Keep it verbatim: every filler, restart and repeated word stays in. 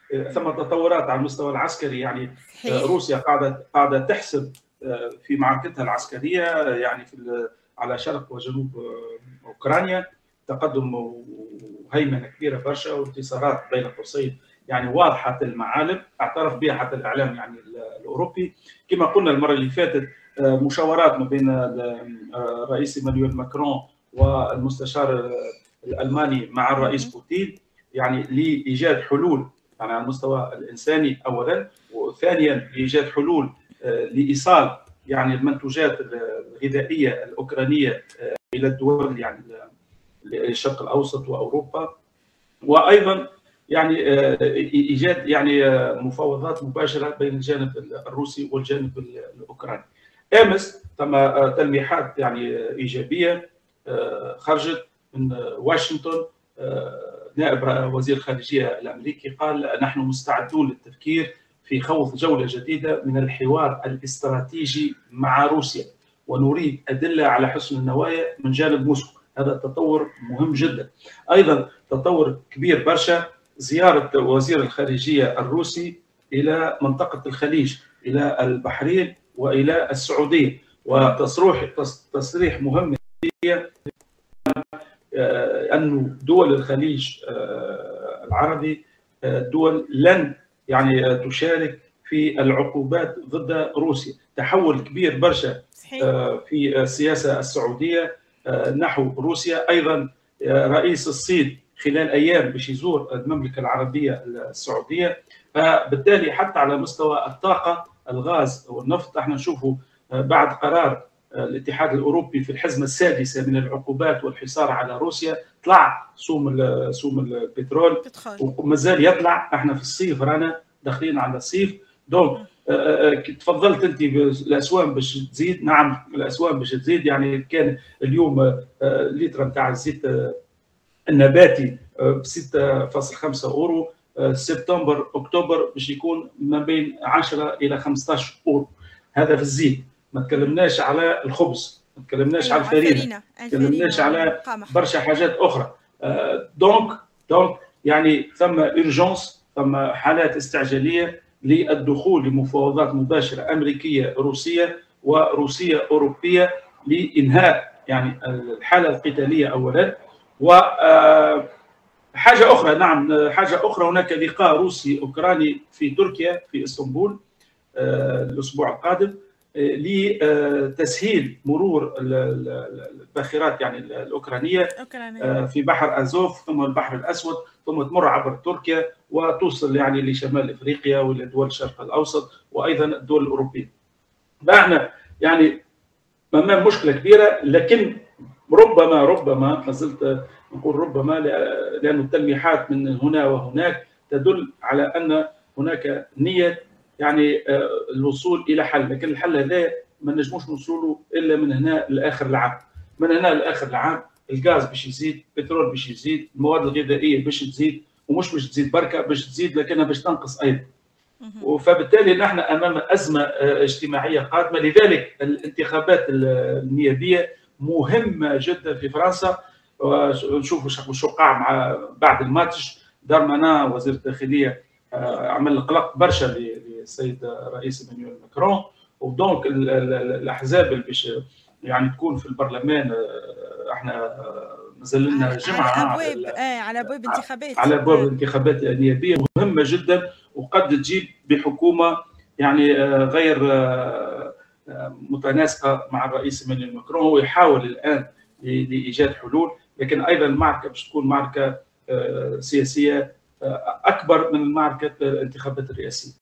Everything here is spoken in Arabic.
ثم تطورات على المستوى العسكري، يعني صحيح. روسيا قاعده قاعده تحسب في معركتها العسكريه، يعني في على شرق وجنوب اوكرانيا تقدم وهيمنه كبيره برشا وانتصارات بين قوسين يعني واضحه المعالم، اعترف بها حتى الاعلام يعني الاوروبي. كما قلنا المره اللي فاتت مشاورات ما بين الرئيس ايمانويل ماكرون والمستشار الالماني مع الرئيس بوتين، يعني لايجاد حلول يعني على المستوى الانساني اولا، وثانيا لايجاد حلول لايصال يعني المنتوجات الغذائيه الاوكرانيه الى الدول يعني الشرق الاوسط واوروبا، وايضا يعني ايجاد يعني مفاوضات مباشره بين الجانب الروسي والجانب الاوكراني. امس تم تلميحات يعني ايجابيه خرجت من واشنطن. نائب وزير الخارجيه الامريكي قال نحن مستعدون للتفكير في خوض جوله جديده من الحوار الاستراتيجي مع روسيا، ونريد ادله على حسن النوايا من جانب موسكو. هذا تطور مهم جدا. ايضا تطور كبير برشا زياره وزير الخارجيه الروسي الى منطقه الخليج، الى البحرين والى السعوديه، وتصريح تصريح مهم أن دول الخليج العربي دول لن يعني تشارك في العقوبات ضد روسيا. تحول كبير برشا في السياسة السعودية نحو روسيا. أيضا رئيس الصين خلال أيام باش يزور المملكة العربية السعودية، فبالتالي حتى على مستوى الطاقة الغاز والنفط احنا نشوفوا بعد قرار الاتحاد الاوروبي في الحزمه السادسه من العقوبات والحصار على روسيا طلع سوم سوم البترول ومازال يطلع. احنا في الصيف رانا داخلين على الصيف. دونك تفضلت انت الاسوام باش تزيد. نعم الاسوام باش تزيد، يعني كان اليوم لتر نتاع الزيت النباتي ب ستة فاصلة خمسة اورو، سبتمبر اكتوبر باش يكون ما بين عشرة الى خمسطاش اورو. هذا في الزيت. ما تكلمناش على الخبز، ما تكلمناش أيوة على الفرينه، ما تكلمناش على برشا حاجات اخرى. دونك دونك يعني ثم اورجونس، ثم حالات استعجاليه للدخول لمفاوضات مباشره امريكيه روسيه وروسيه اوروبيه لانهاء يعني الحاله القتاليه اولا. و حاجه اخرى، نعم حاجه اخرى، هناك لقاء روسي اوكراني في تركيا في اسطنبول الاسبوع القادم لتسهيل مرور الباخرات يعني الاوكرانيه في بحر ازوف ثم البحر الاسود، ثم تمر عبر تركيا وتوصل يعني لشمال افريقيا والى دول الشرق الاوسط وايضا الدول الاوروبيه. احنا يعني امام مشكله كبيره، لكن ربما ربما ما زلت نقول ربما لأن التلميحات من هنا وهناك تدل على ان هناك نيه يعني الوصول الى حل، لكن الحل هذا ما نجموش نوصلوا الا من هنا لاخر العام. من هنا لاخر العام الغاز باش يزيد، البترول باش يزيد، المواد الغذائيه باش تزيد، ومش باش تزيد بركه، باش تزيد لكنها باش تنقص ايضا. فبالتالي نحن امام ازمه اجتماعيه قادمه. لذلك الانتخابات النيابيه مهمه جدا في فرنسا. ونشوفوا شو وقع مع بعد الماتش دارمانا وزير الداخليه عمل قلق برشا للسيد الرئيس ايمانويل ماكرون. ودونك الاحزاب اللي باش يعني تكون في البرلمان احنا مازال لنا جمعه على ابواب على, على ابواب انتخابات على ابواب الانتخابات النيابيه مهمه جدا، وقد تجيب بحكومه يعني غير متناسقه مع الرئيس ايمانويل ماكرون. هو يحاول الان لايجاد حلول، لكن ايضا المعركه باش تكون معركه سياسيه اكبر من معركه الانتخابات الرئاسيه.